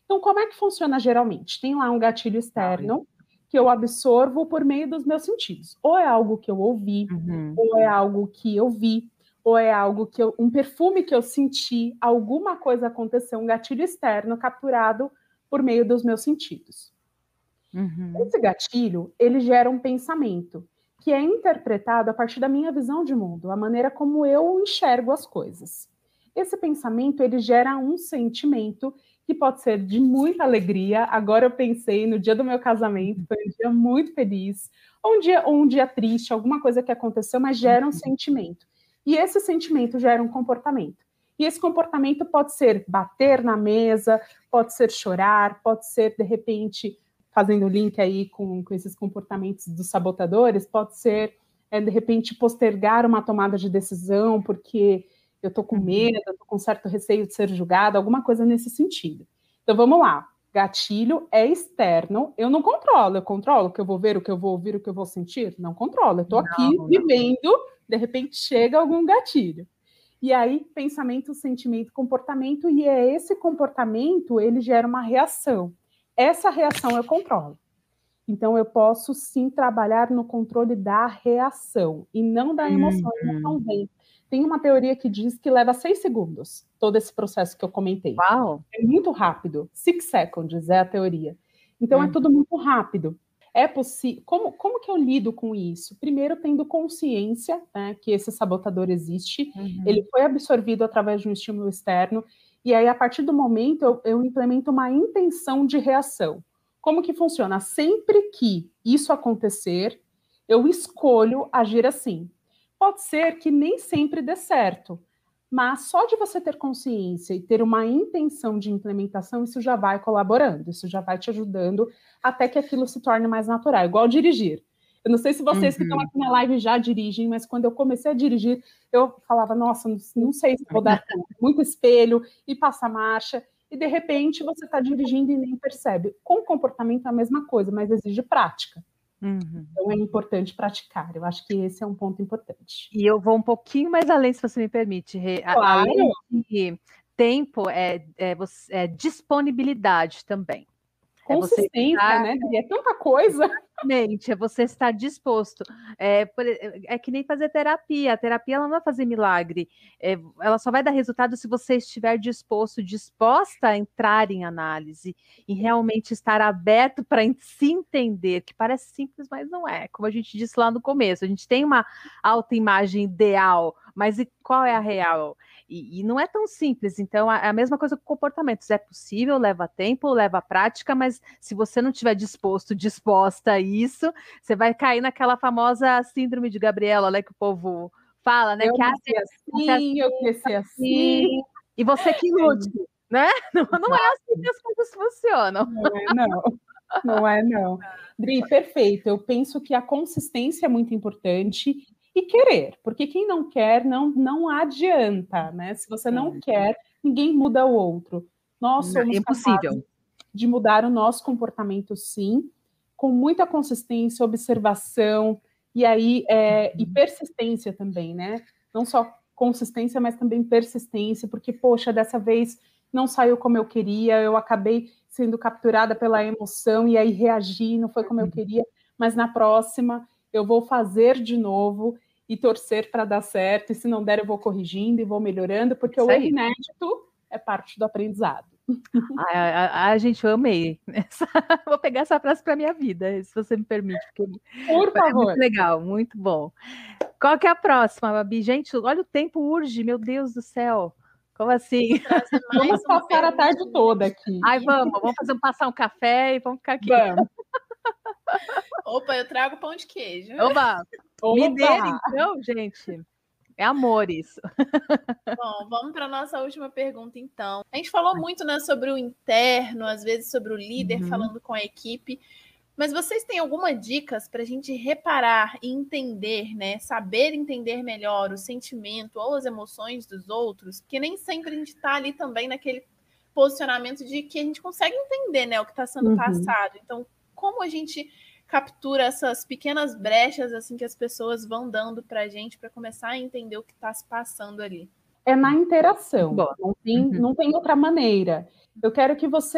Então, como é que funciona geralmente? Tem lá um gatilho externo que eu absorvo por meio dos meus sentidos. Ou é algo que eu ouvi, uhum. ou é algo que eu vi, ou é algo que eu, um perfume que eu senti, alguma coisa aconteceu, um gatilho externo capturado por meio dos meus sentidos. Uhum. Esse gatilho, ele gera um pensamento que é interpretado a partir da minha visão de mundo, a maneira como eu enxergo as coisas. Esse pensamento, ele gera um sentimento que pode ser de muita alegria. Agora eu pensei no dia do meu casamento, foi um dia muito feliz, ou um dia, ou um dia triste, alguma coisa que aconteceu, mas gera um sentimento. E esse sentimento gera um comportamento. E esse comportamento pode ser bater na mesa, pode ser chorar, pode ser, de repente, fazendo link aí com, com esses comportamentos dos sabotadores, pode ser, é, de repente, postergar uma tomada de decisão, porque eu estou com medo, eu estou com certo receio de ser julgada, alguma coisa nesse sentido. Então, vamos lá. Gatilho é externo, eu não controlo, eu controlo o que eu vou ver, o que eu vou ouvir, o que eu vou sentir? Não controlo, eu estou aqui não, vivendo, não. De repente chega algum gatilho. E aí, pensamento, sentimento, comportamento, e é esse comportamento, ele gera uma reação. Essa reação eu controlo. Então, eu posso, sim, trabalhar no controle da reação, e não da emoção. A emoção vem. Tem uma teoria que diz que leva seis segundos, todo esse processo que eu comentei. Uau! É muito rápido. Six seconds é a teoria. Então, hum. é tudo muito rápido. É possível. Como, como que eu lido com isso? Primeiro, tendo consciência, né, que esse sabotador existe, uhum. ele foi absorvido através de um estímulo externo, e aí, a partir do momento, eu, eu implemento uma intenção de reação. Como que funciona? Sempre que isso acontecer, eu escolho agir assim. Pode ser que nem sempre dê certo, mas só de você ter consciência e ter uma intenção de implementação, isso já vai colaborando, isso já vai te ajudando até que aquilo se torne mais natural, igual dirigir. Eu não sei se vocês uhum. que estão aqui na live já dirigem, mas quando eu comecei a dirigir, eu falava, nossa, não sei se vou dar muito espelho e passar marcha, e de repente você está dirigindo e nem percebe. Com o comportamento é a mesma coisa, mas exige prática. Uhum. Então é importante praticar, eu acho que esse é um ponto importante. E eu vou um pouquinho mais além, se você me permite, Rê. Claro. Além de tempo, é, é, é disponibilidade também. Consistência, é estar... né? É tanta coisa. Exatamente, é você estar disposto. É, é que nem fazer terapia. A terapia ela não vai fazer milagre. É, ela só vai dar resultado se você estiver disposto, disposta a entrar em análise e realmente estar aberto para se entender, que parece simples, mas não é. Como a gente disse lá no começo, a gente tem uma autoimagem ideal, mas e qual é a real? E, e não é tão simples, então é a mesma coisa com comportamentos, é possível, leva tempo, leva prática, mas se você não estiver disposto, disposta a isso, você vai cair naquela famosa síndrome de Gabriela, né, que o povo fala, né? Eu que cresci assim, assim, eu cresci assim. E você que lute, né? Não, não é assim que as coisas funcionam. Não é, não. Não é, não. Dri, perfeito. Eu penso que a consistência é muito importante. E querer, porque quem não quer não, não adianta, né? Se você não é. quer, ninguém muda o outro. Nós somos é impossível de mudar o nosso comportamento, sim, com muita consistência, observação, e aí é, e persistência também, né? Não só consistência, mas também persistência, porque, poxa, dessa vez não saiu como eu queria, eu acabei sendo capturada pela emoção e aí reagi, não foi como eu queria, mas na próxima eu vou fazer de novo e torcer para dar certo, e se não der eu vou corrigindo e vou melhorando, porque o erro inédito é parte do aprendizado. A, a gente, eu amei. Essa, vou pegar essa frase para minha vida, se você me permite. Porque Por favor. É muito legal, muito bom. Qual que é a próxima, Babi? Gente, olha o tempo urge, meu Deus do céu. Como assim? Vamos passar a tarde toda aqui. Ai, vamos, vamos fazer um, passar um café e vamos ficar aqui. Vamos. Opa, eu trago pão de queijo. Oba! Mineiro, então, gente. É amor isso. Bom, vamos para a nossa última pergunta, então. A gente falou muito, né, sobre o interno, às vezes sobre o líder uhum. falando com a equipe, mas vocês têm alguma dicas para a gente reparar e entender, né, saber entender melhor o sentimento ou as emoções dos outros, porque nem sempre a gente está ali também naquele posicionamento de que a gente consegue entender, né, o que está sendo uhum. passado. Então, como a gente captura essas pequenas brechas assim que as pessoas vão dando para a gente para começar a entender o que está se passando ali? É na interação, não tem, uhum. não tem outra maneira. Eu quero que você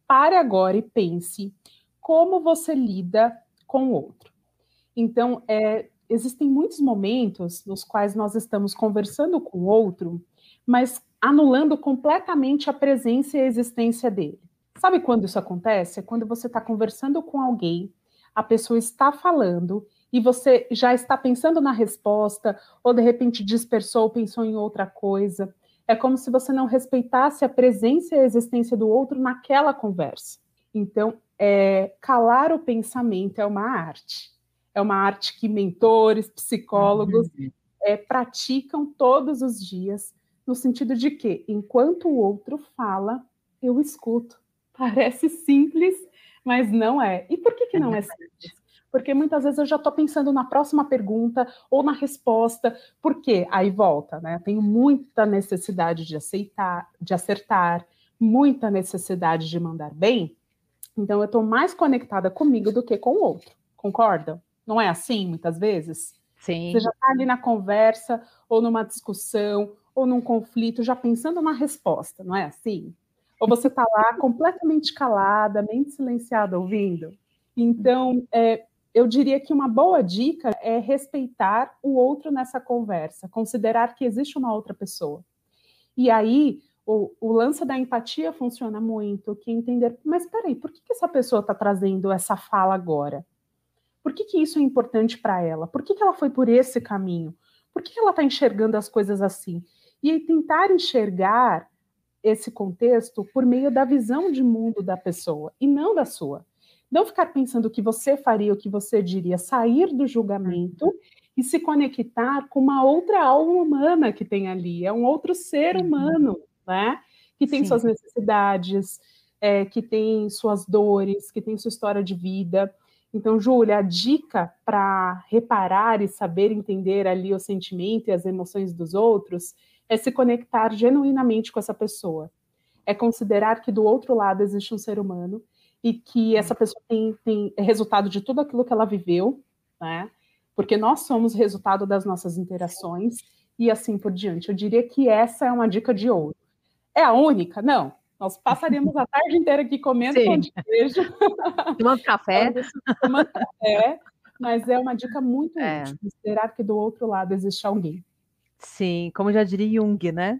pare agora e pense como você lida com o outro. Então, é, existem muitos momentos nos quais nós estamos conversando com o outro, mas anulando completamente a presença e a existência dele. Sabe quando isso acontece? É quando você está conversando com alguém, a pessoa está falando e você já está pensando na resposta, ou de repente dispersou, pensou em outra coisa. É como se você não respeitasse a presença e a existência do outro naquela conversa. Então, é, calar o pensamento é uma arte. É uma arte que mentores, psicólogos uhum. é, praticam todos os dias, no sentido de que, enquanto o outro fala, eu escuto. Parece simples, mas não é. E por que, que não é simples? Porque muitas vezes eu já estou pensando na próxima pergunta ou na resposta. Por quê? Aí volta, né? Eu tenho muita necessidade de aceitar, de acertar, muita necessidade de mandar bem. Então eu estou mais conectada comigo do que com o outro. Concordam? Não é assim, muitas vezes? Sim. Você já está ali na conversa, ou numa discussão, ou num conflito, já pensando na resposta, não é assim? Ou você está lá completamente calada, mente silenciada, ouvindo? Então, é, eu diria que uma boa dica é respeitar o outro nessa conversa, considerar que existe uma outra pessoa. E aí, o, o lance da empatia funciona muito, que é entender, mas peraí, por que, que essa pessoa está trazendo essa fala agora? Por que, que isso é importante para ela? Por que, que ela foi por esse caminho? Por que, que ela está enxergando as coisas assim? E aí, tentar enxergar esse contexto por meio da visão de mundo da pessoa, e não da sua. Não ficar pensando o que você faria, o que você diria, sair do julgamento e se conectar com uma outra alma humana que tem ali, é um outro ser humano, né? Que tem Sim. suas necessidades, é, que tem suas dores, que tem sua história de vida. Então, Júlia, a dica para reparar e saber entender ali o sentimento e as emoções dos outros é se conectar genuinamente com essa pessoa. É considerar que do outro lado existe um ser humano e que essa pessoa tem, tem é resultado de tudo aquilo que ela viveu, né? Porque nós somos resultado das nossas interações e assim por diante. Eu diria que essa é uma dica de ouro. É a única? Não. Nós passaríamos a tarde inteira aqui comendo pão de queijo. Tomando café. Tomando café, mas é uma dica muito é. útil. Considerar que do outro lado existe alguém. Sim, como já diria Jung, né?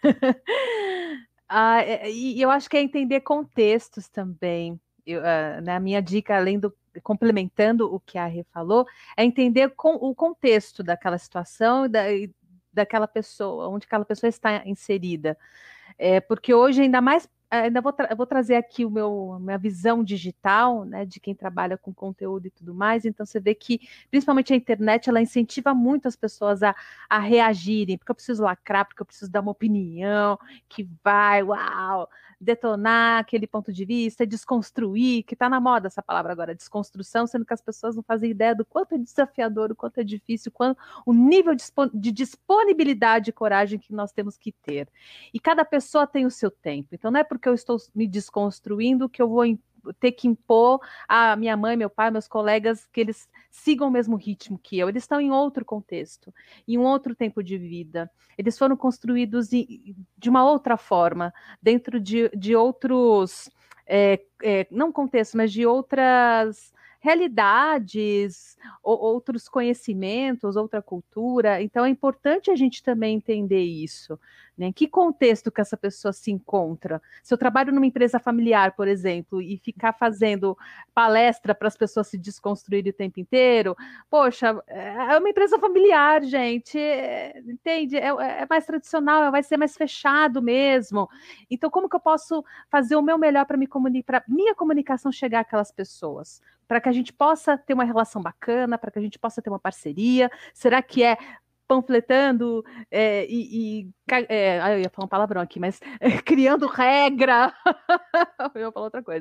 ah, e eu acho que é entender contextos também. Eu, uh, na minha dica, além do complementando o que a Rê falou, é entender com, o contexto daquela situação e da, daquela pessoa, onde aquela pessoa está inserida. É, porque hoje, ainda mais, ainda vou, tra vou trazer aqui o meu, a minha visão digital, né, de quem trabalha com conteúdo e tudo mais, então você vê que, principalmente a internet, ela incentiva muito as pessoas a, a reagirem, porque eu preciso lacrar, porque eu preciso dar uma opinião que vai, uau, detonar aquele ponto de vista, desconstruir, que está na moda essa palavra agora, desconstrução, sendo que as pessoas não fazem ideia do quanto é desafiador, o quanto é difícil, quanto, o nível de disponibilidade e coragem que nós temos que ter. E cada pessoa tem o seu tempo, então não é porque eu estou me desconstruindo que eu vou ter que impor a minha mãe, meu pai, meus colegas, que eles sigam o mesmo ritmo que eu. Eles estão em outro contexto, em um outro tempo de vida. Eles foram construídos de uma outra forma, dentro de, de outros, é, é, não contextos, mas de outras realidades, ou, outros conhecimentos, outra cultura. Então é importante a gente também entender isso, né? Em que contexto que essa pessoa se encontra? Se eu trabalho numa empresa familiar, por exemplo, e ficar fazendo palestra para as pessoas se desconstruírem o tempo inteiro, poxa, é uma empresa familiar, gente, é, entende? É, é mais tradicional, vai ser mais fechado mesmo. Então, como que eu posso fazer o meu melhor para me comunicar, para minha comunicação chegar àquelas pessoas? Para que a gente possa ter uma relação bacana, para que a gente possa ter uma parceria? Será que é panfletando é, e, e é, eu ia falar um palavrão aqui, mas é, criando regra, eu ia falar outra coisa,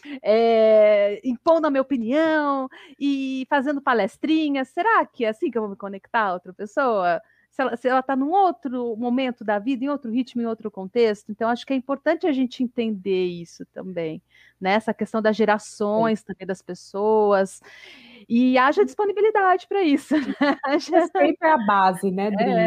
é, impondo a minha opinião e fazendo palestrinhas? Será que é assim que eu vou me conectar a outra pessoa? Se ela, se ela está num outro momento da vida, em outro ritmo, em outro contexto. Então, acho que é importante a gente entender isso também, né? Essa questão das gerações Sim. também das pessoas, e haja disponibilidade para isso. Respeito é a base, né, Dri? É.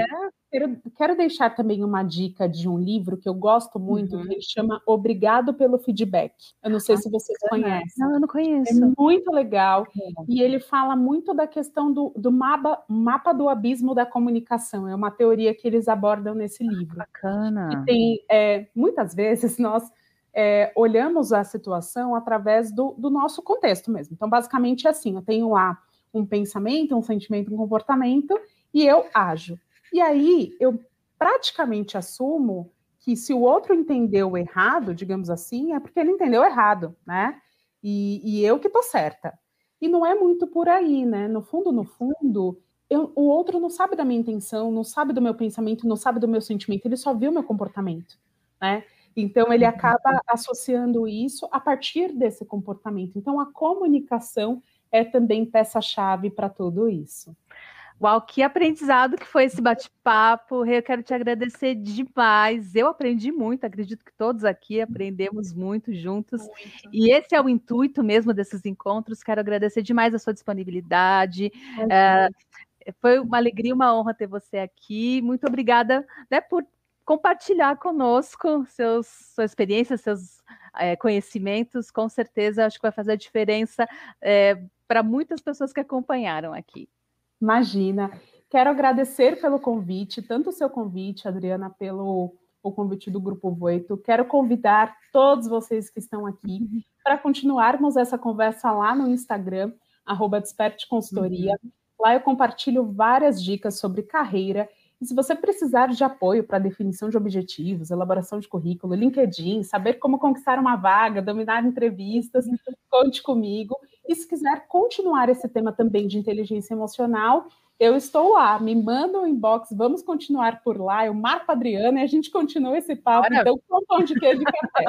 quero, quero deixar também uma dica de um livro que eu gosto muito, Uhum. que ele chama Obrigado pelo Feedback. Eu não sei Ah, se vocês bacana. conhecem. Não, eu não É conheço. muito legal. É. E ele fala muito da questão do, do mapa, mapa do abismo da comunicação. É uma teoria que eles abordam nesse livro. E Bacana. tem, é, muitas vezes, nós é, olhamos a situação através do, do nosso contexto mesmo. Então, basicamente, é assim, eu tenho lá um pensamento, um sentimento, um comportamento, e eu ajo. E aí, eu praticamente assumo que se o outro entendeu errado, digamos assim, é porque ele entendeu errado, né? E, e eu que tô certa. E não é muito por aí, né? No fundo, no fundo, eu, o outro não sabe da minha intenção, não sabe do meu pensamento, não sabe do meu sentimento, ele só viu meu comportamento, né? Então, ele acaba associando isso a partir desse comportamento. Então, a comunicação é também peça-chave para tudo isso. Uau, que aprendizado que foi esse bate-papo. Eu quero te agradecer demais. Eu aprendi muito, acredito que todos aqui aprendemos muito juntos. Muito. E esse é o intuito mesmo desses encontros. Quero agradecer demais a sua disponibilidade. É, foi uma alegria, uma honra ter você aqui. Muito obrigada, né, por compartilhar conosco seus, sua experiência, seus é, conhecimentos. Com certeza, acho que vai fazer a diferença é, para muitas pessoas que acompanharam aqui. Imagina. Quero agradecer pelo convite, tanto o seu convite, Adriana, pelo o convite do Grupo Voito. Quero convidar todos vocês que estão aqui para continuarmos essa conversa lá no Instagram, arroba Desperte Consultoria. Uhum. Lá eu compartilho várias dicas sobre carreira. E se você precisar de apoio para definição de objetivos, elaboração de currículo, LinkedIn, saber como conquistar uma vaga, dominar entrevistas, conte comigo. E se quiser continuar esse tema também de inteligência emocional, eu estou lá, me manda um inbox, vamos continuar por lá, eu marco a Adriana e a gente continua esse papo, Olha. Então, com pão de queijo e café.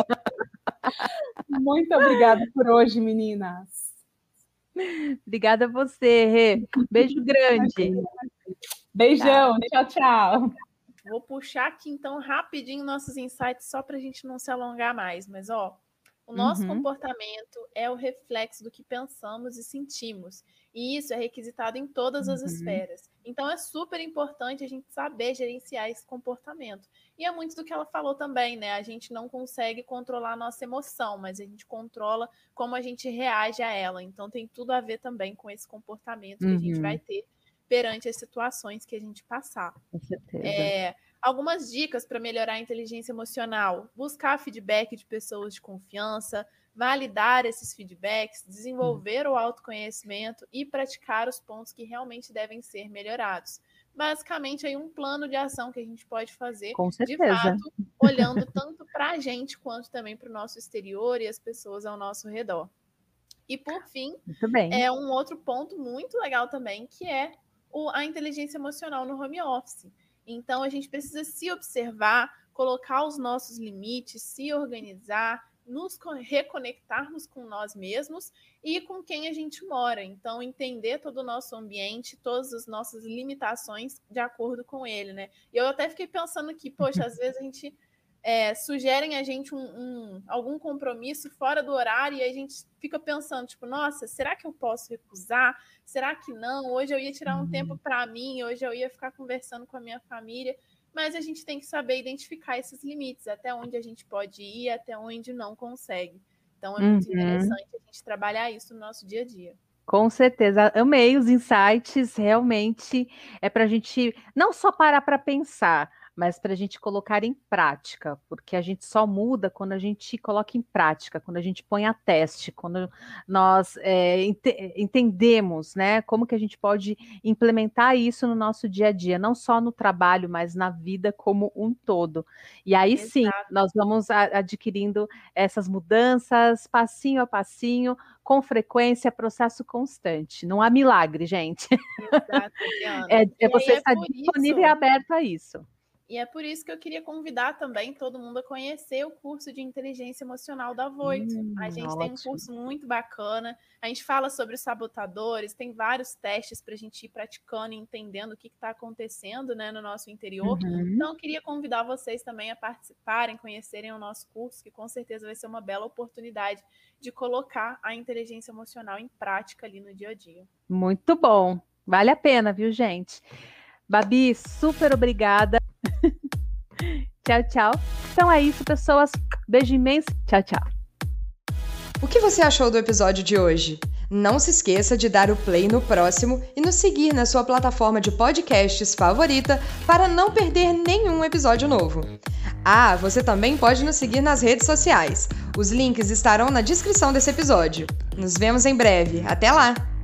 Muito obrigada por hoje, meninas. Obrigada a você, Rê. Beijo grande. Beijão, tchau, tchau. Vou puxar aqui, então, rapidinho nossos insights, só para a gente não se alongar mais, mas, ó, o nosso uhum. comportamento é o reflexo do que pensamos e sentimos. E isso é requisitado em todas as uhum. esferas. Então, é super importante a gente saber gerenciar esse comportamento. E é muito do que ela falou também, né? A gente não consegue controlar a nossa emoção, mas a gente controla como a gente reage a ela. Então, tem tudo a ver também com esse comportamento uhum. que a gente vai ter perante as situações que a gente passar. Com certeza. É... Algumas dicas para melhorar a inteligência emocional: buscar feedback de pessoas de confiança, validar esses feedbacks, desenvolver o autoconhecimento e praticar os pontos que realmente devem ser melhorados. Basicamente, aí um plano de ação que a gente pode fazer, Com certeza. de fato, olhando tanto para a gente quanto também para o nosso exterior e as pessoas ao nosso redor. E, por fim, muito bem. é um outro ponto muito legal também, que é o, a inteligência emocional no home office. Então, a gente precisa se observar, colocar os nossos limites, se organizar, nos reconectarmos com nós mesmos e com quem a gente mora. Então, entender todo o nosso ambiente, todas as nossas limitações de acordo com ele, né? E eu até fiquei pensando que, poxa, às vezes a gente é, sugerem a gente um, um, algum compromisso fora do horário e a gente fica pensando, tipo, nossa, será que eu posso recusar? Será que não? Hoje eu ia tirar um tempo para mim, hoje eu ia ficar conversando com a minha família, mas a gente tem que saber identificar esses limites, até onde a gente pode ir, até onde não consegue. Então é muito uhum. interessante a gente trabalhar isso no nosso dia a dia. Com certeza, amei os insights, realmente é para a gente não só parar para pensar, mas para a gente colocar em prática, porque a gente só muda quando a gente coloca em prática, quando a gente põe a teste, quando nós é, ent entendemos, né, como que a gente pode implementar isso no nosso dia a dia, não só no trabalho, mas na vida como um todo. E aí Exato. Sim, nós vamos adquirindo essas mudanças, passinho a passinho, com frequência, processo constante. Não há milagre, gente. Exato, é, é você estar disponível e aberto a isso. E é por isso que eu queria convidar também todo mundo a conhecer o curso de inteligência emocional da Voito. Hum, a gente ótimo. Tem um curso muito bacana, a gente fala sobre os sabotadores, tem vários testes para a gente ir praticando e entendendo o que está acontecendo, né, no nosso interior. Uhum. Então, eu queria convidar vocês também a participarem, conhecerem o nosso curso, que com certeza vai ser uma bela oportunidade de colocar a inteligência emocional em prática ali no dia a dia. Muito bom, vale a pena, viu, gente? Babi, super obrigada. Tchau, tchau. Então é isso, pessoas. Beijo imenso. Tchau, tchau. O que você achou do episódio de hoje? Não se esqueça de dar o play no próximo e nos seguir na sua plataforma de podcasts favorita para não perder nenhum episódio novo. Ah, você também pode nos seguir nas redes sociais. Os links estarão na descrição desse episódio. Nos vemos em breve. Até lá!